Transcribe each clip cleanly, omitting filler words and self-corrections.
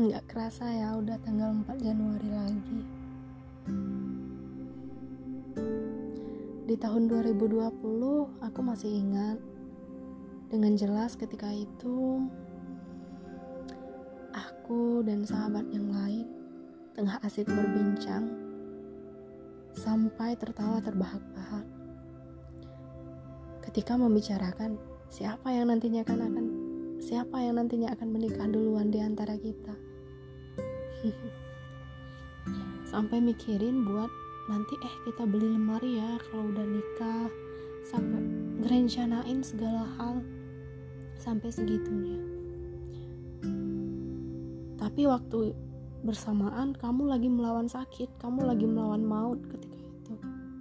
Nggak kerasa ya, udah tanggal 4 Januari lagi. Di tahun 2020, aku masih ingat dengan jelas ketika itu aku dan sahabat yang lain tengah asik berbincang sampai tertawa terbahak-bahak ketika membicarakan siapa yang nantinya akan menikah duluan di antara kita. Sampai mikirin buat nanti kita beli lemari ya kalau udah nikah, sampai ngerencanain segala hal sampai segitunya. Tapi waktu bersamaan kamu lagi melawan sakit, kamu lagi melawan maut ketika itu.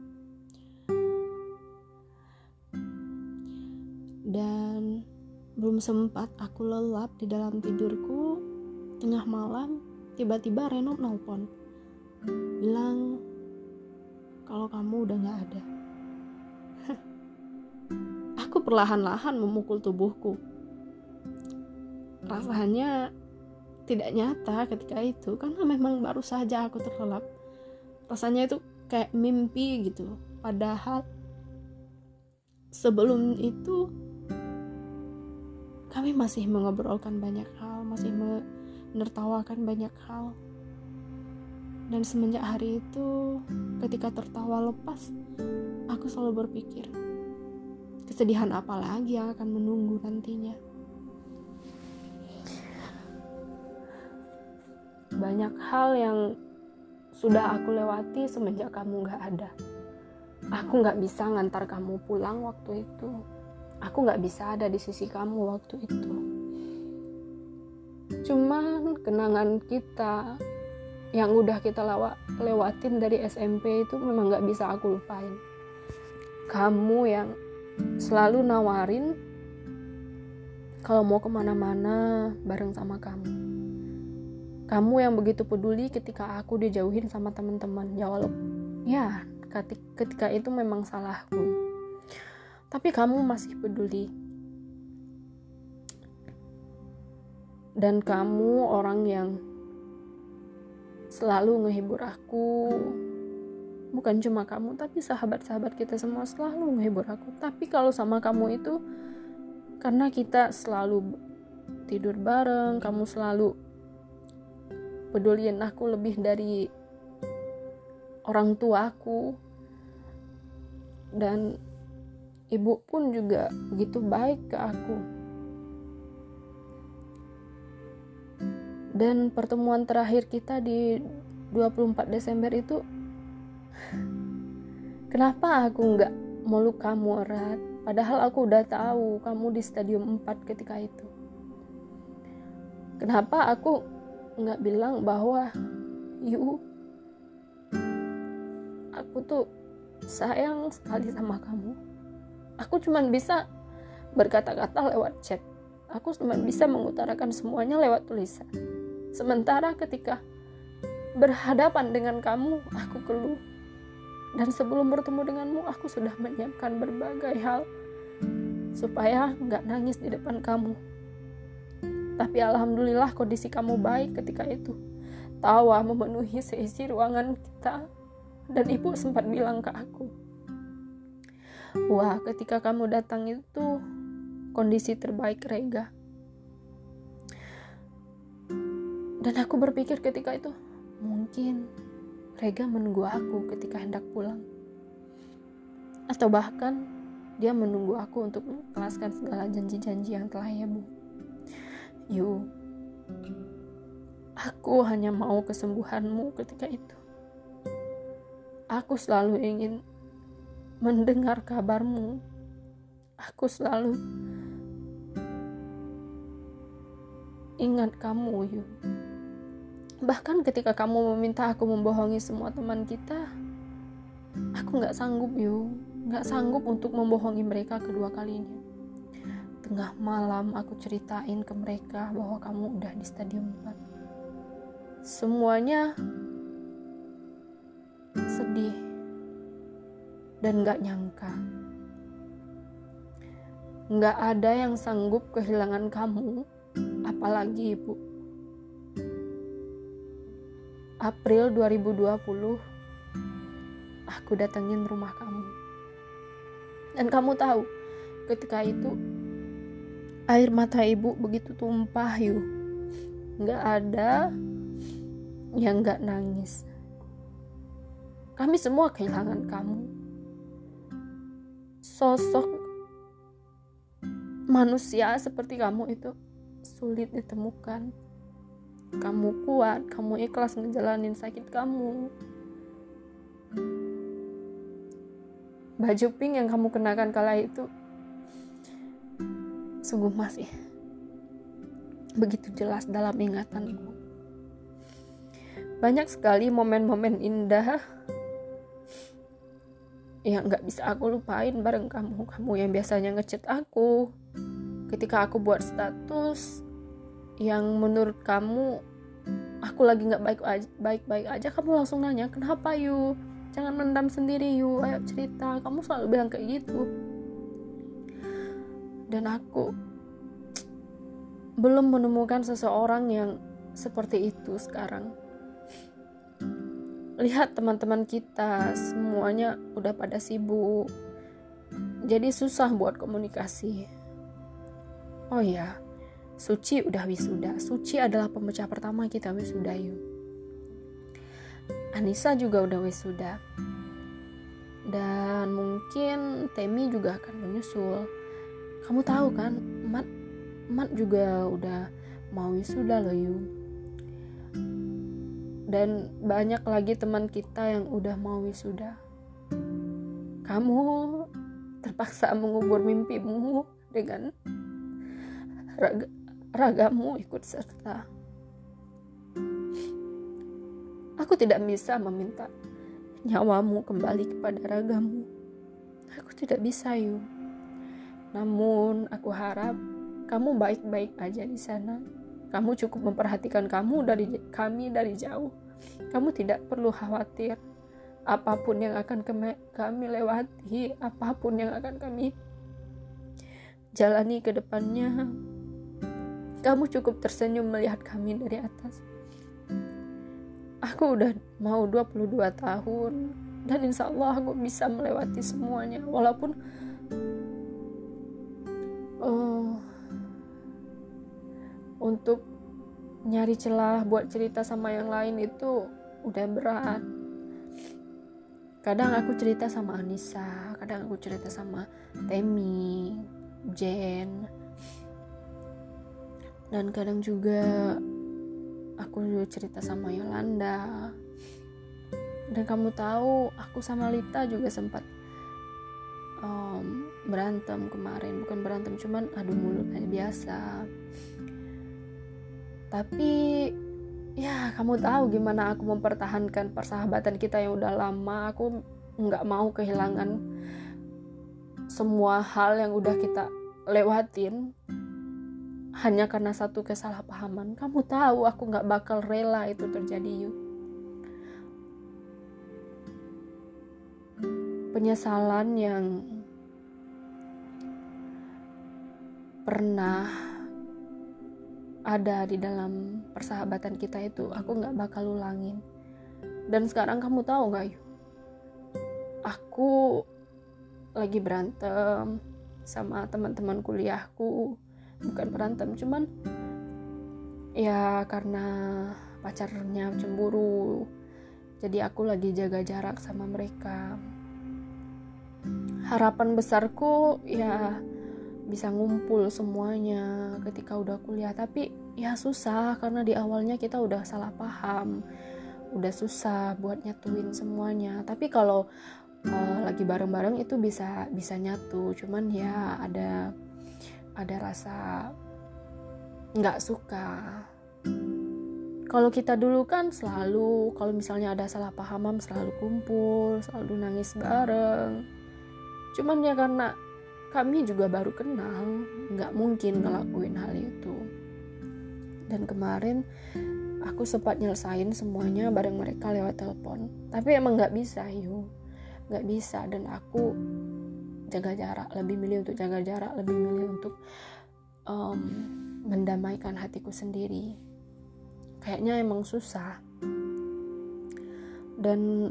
Dan belum sempat aku lelap di dalam tidurku, tengah malam tiba-tiba Reno nelpon, bilang kalau kamu udah gak ada. Aku perlahan-lahan memukul tubuhku. Rasanya tidak nyata ketika itu, karena memang baru saja aku terlelap. Rasanya itu kayak mimpi gitu. Padahal sebelum itu kami masih mengobrolkan banyak hal, masih menertawakan banyak hal. Dan semenjak hari itu, ketika tertawa lepas, aku selalu berpikir, kesedihan apa lagi yang akan menunggu nantinya. Banyak hal yang sudah aku lewati semenjak kamu gak ada. Aku gak bisa ngantar kamu pulang waktu itu. Aku gak bisa ada di sisi kamu waktu itu. Cuman kenangan kita yang udah kita lewatin dari SMP itu memang gak bisa aku lupain. Kamu yang selalu nawarin kalau mau kemana-mana bareng sama kamu. Kamu yang begitu peduli ketika aku dijauhin sama teman-teman. Ya, ketika itu memang salahku. Tapi kamu masih peduli. Dan kamu orang yang selalu ngehibur aku. Bukan cuma kamu, tapi sahabat-sahabat kita semua selalu ngehibur aku. Tapi kalau sama kamu itu, karena kita selalu tidur bareng, kamu selalu peduliin aku lebih dari orang tuaku. Dan ibu pun juga begitu baik ke aku. Dan pertemuan terakhir kita di 24 Desember itu, kenapa aku gak meluk kamu erat? Padahal aku udah tahu kamu di stadium 4 ketika itu. Kenapa aku gak bilang bahwa aku tuh sayang sekali sama kamu. Aku cuma bisa berkata-kata lewat chat. Aku cuma bisa mengutarakan semuanya lewat tulisan. Sementara ketika berhadapan dengan kamu, aku keluh. Dan sebelum bertemu denganmu, aku sudah menyiapkan berbagai hal supaya gak nangis di depan kamu. Tapi alhamdulillah kondisi kamu baik ketika itu. Tawa memenuhi seisi ruangan kita. Dan ibu sempat bilang ke aku, wah, ketika kamu datang itu kondisi terbaik Rega. Dan aku berpikir ketika itu, mungkin Rega menunggu aku ketika hendak pulang. Atau bahkan dia menunggu aku untuk mengikhlaskan segala janji-janji yang telah ia buat. Aku hanya mau kesembuhanmu ketika itu. Aku selalu ingin mendengar kabarmu. Aku selalu ingat kamu, Bahkan ketika kamu meminta aku membohongi semua teman kita, aku gak sanggup, Gak sanggup untuk membohongi mereka kedua kalinya. Tengah malam aku ceritain ke mereka bahwa kamu udah di stadium 4. Semuanya sedih dan gak nyangka. Gak ada yang sanggup kehilangan kamu, apalagi ibu. April 2020 aku datengin rumah kamu. Dan kamu tahu, ketika itu air mata ibu begitu tumpah yuk. Gak ada yang gak nangis. Kami semua kehilangan kamu. Sosok manusia seperti kamu itu sulit ditemukan. Kamu kuat, kamu ikhlas ngejalanin sakit kamu. Baju pink yang kamu kenakan kala itu sungguh masih begitu jelas dalam ingatanku. Banyak sekali momen-momen indah yang gak bisa aku lupain bareng kamu. Kamu yang biasanya ngechat aku ketika aku buat status yang menurut kamu aku lagi gak baik-baik aja, kamu langsung nanya, kenapa Yu? Jangan mendam sendiri Yu, ayo cerita. Kamu selalu bilang kayak gitu. Dan aku belum menemukan seseorang yang seperti itu sekarang. Lihat teman-teman kita semuanya udah pada sibuk, jadi susah buat komunikasi. Oh ya, Suci udah wisuda. Suci adalah pemecah pertama kita wisuda yuk. Anissa juga udah wisuda. Dan mungkin Temi juga akan menyusul. Kamu tahu kan, Mat juga udah mau wisuda loh yuk. Dan banyak lagi teman kita yang udah mau wisuda. Kamu terpaksa mengubur mimpimu dengan ragamu ikut serta. Aku tidak bisa meminta nyawamu kembali kepada ragamu. Aku tidak bisa yuk. Namun aku harap kamu baik-baik aja di sana. Kamu cukup memperhatikan kami dari jauh. Kamu tidak perlu khawatir. Apapun yang akan kami lewati, apapun yang akan kami jalani ke depannya, kamu cukup tersenyum melihat kami dari atas. Aku udah mau 22 tahun dan insya Allah aku bisa melewati semuanya. Walaupun untuk nyari celah buat cerita sama yang lain itu udah berat. Kadang aku cerita sama Anissa, kadang aku cerita sama Temi, Jen, dan kadang juga aku cerita sama Yolanda. Dan kamu tahu, aku sama Lita juga sempat berantem kemarin. Bukan berantem, cuman adu mulut aja biasa. Tapi ya kamu tahu gimana aku mempertahankan persahabatan kita yang udah lama. Aku gak mau kehilangan semua hal yang udah kita lewatin hanya karena satu kesalahpahaman. Kamu tahu aku gak bakal rela itu terjadi yuk. Penyesalan yang pernah ada di dalam persahabatan kita itu aku gak bakal ulangin. Dan sekarang kamu tahu gak yuk, aku lagi berantem sama teman-teman kuliahku. Bukan berantem, cuman ya karena pacarnya cemburu, jadi aku lagi jaga jarak sama mereka. Harapan besarku ya bisa ngumpul semuanya ketika udah kuliah, tapi ya susah karena di awalnya kita udah salah paham, udah susah buat nyatuin semuanya. Tapi kalau lagi bareng-bareng itu bisa nyatu, cuman ya ada rasa nggak suka. Kalau kita dulu kan selalu, kalau misalnya ada salah pahaman selalu kumpul, selalu nangis bareng. Cuman ya karena kami juga baru kenal, nggak mungkin ngelakuin hal itu. Dan kemarin aku sempat nyelesain semuanya bareng mereka lewat telepon. Tapi emang nggak bisa yuk, nggak bisa. Dan aku jaga jarak, lebih milih untuk jaga jarak, lebih milih untuk mendamaikan hatiku sendiri. Kayaknya emang susah. Dan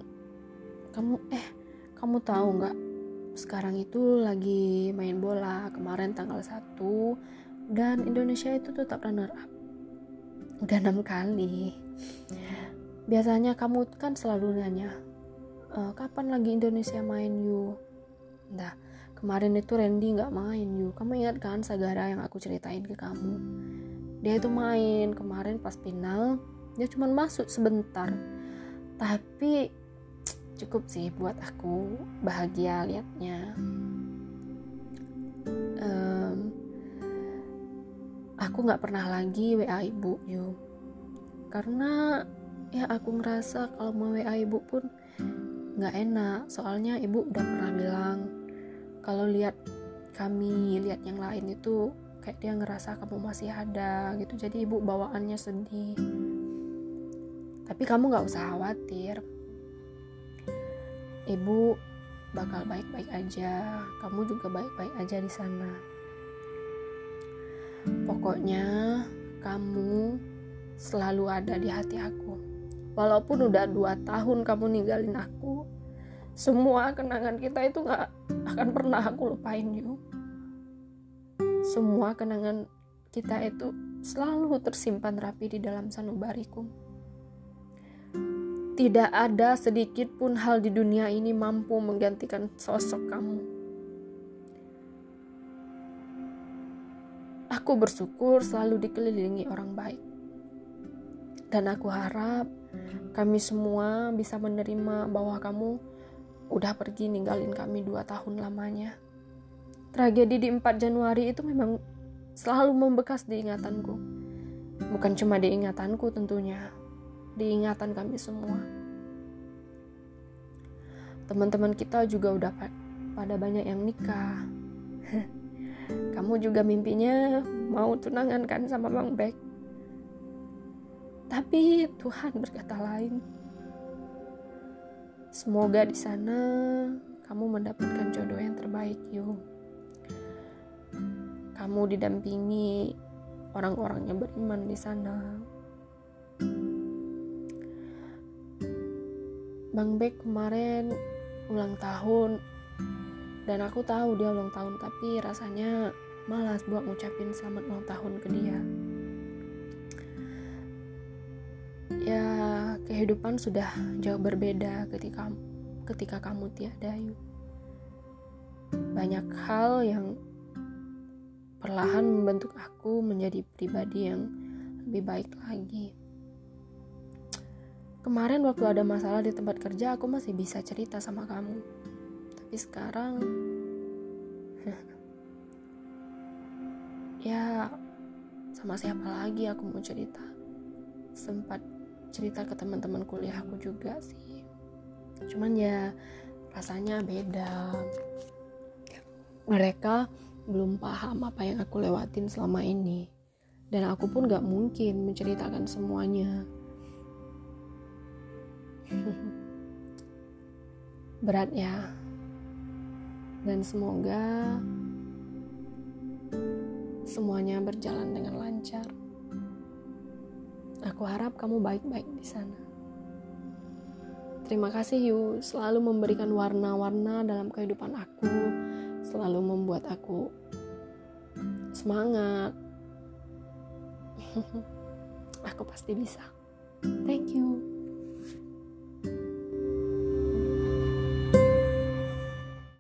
kamu tahu nggak, sekarang itu lagi main bola kemarin tanggal 1 dan Indonesia itu tetap runner up. Udah 6 kali. Biasanya kamu kan selalu nanya, kapan lagi Indonesia main you? Nah, kemarin itu Randy gak main you. Kamu ingat kan Sagara yang aku ceritain ke kamu? Dia itu main kemarin pas final, dia cuma masuk sebentar. Tapi cukup sih buat aku bahagia liatnya. Aku gak pernah lagi WA ibu you, karena ya aku ngerasa kalau mau WA ibu pun gak enak. Soalnya ibu udah pernah bilang kalau lihat yang lain itu kayak dia ngerasa kamu masih ada gitu. Jadi ibu bawaannya sedih. Tapi kamu gak usah khawatir, ibu bakal baik-baik aja. Kamu juga baik-baik aja di sana. Pokoknya kamu selalu ada di hati aku. Walaupun udah 2 tahun kamu ninggalin aku, semua kenangan kita itu gak akan pernah aku lupain you. Semua kenangan kita itu selalu tersimpan rapi di dalam sanubariku. Tidak ada sedikit pun hal di dunia ini mampu menggantikan sosok kamu. Aku bersyukur selalu dikelilingi orang baik. Dan aku harap kami semua bisa menerima bahwa kamu udah pergi ninggalin kami 2 tahun lamanya. Tragedi di 4 Januari itu memang selalu membekas di ingatanku. Bukan cuma di ingatanku tentunya, di ingatan kami semua. Teman-teman kita juga udah pada banyak yang nikah. Kamu juga mimpinya mau tunangan kan sama Bang Bek. Tapi Tuhan berkata lain. Semoga di sana kamu mendapatkan jodoh yang terbaik, Yu. Kamu didampingi orang-orang yang beriman di sana. Bang Bek kemarin ulang tahun, dan aku tahu dia ulang tahun, tapi rasanya malas buat ngucapin selamat ulang tahun ke dia. Ya, kehidupan sudah jauh berbeda ketika kamu tiada, Yu. Banyak hal yang perlahan membentuk aku menjadi pribadi yang lebih baik lagi. Kemarin waktu ada masalah di tempat kerja, aku masih bisa cerita sama kamu. Tapi sekarang ya sama siapa lagi aku mau cerita? Sempat cerita ke teman-teman kuliahku juga sih. Cuman ya rasanya beda. Mereka belum paham apa yang aku lewatin selama ini. Dan aku pun gak mungkin menceritakan semuanya. Berat ya. Dan semoga semuanya berjalan dengan lancar. Aku harap kamu baik-baik di sana. Terima kasih Yu, selalu memberikan warna-warna dalam kehidupan aku, selalu membuat aku semangat. Aku pasti bisa. Thank you.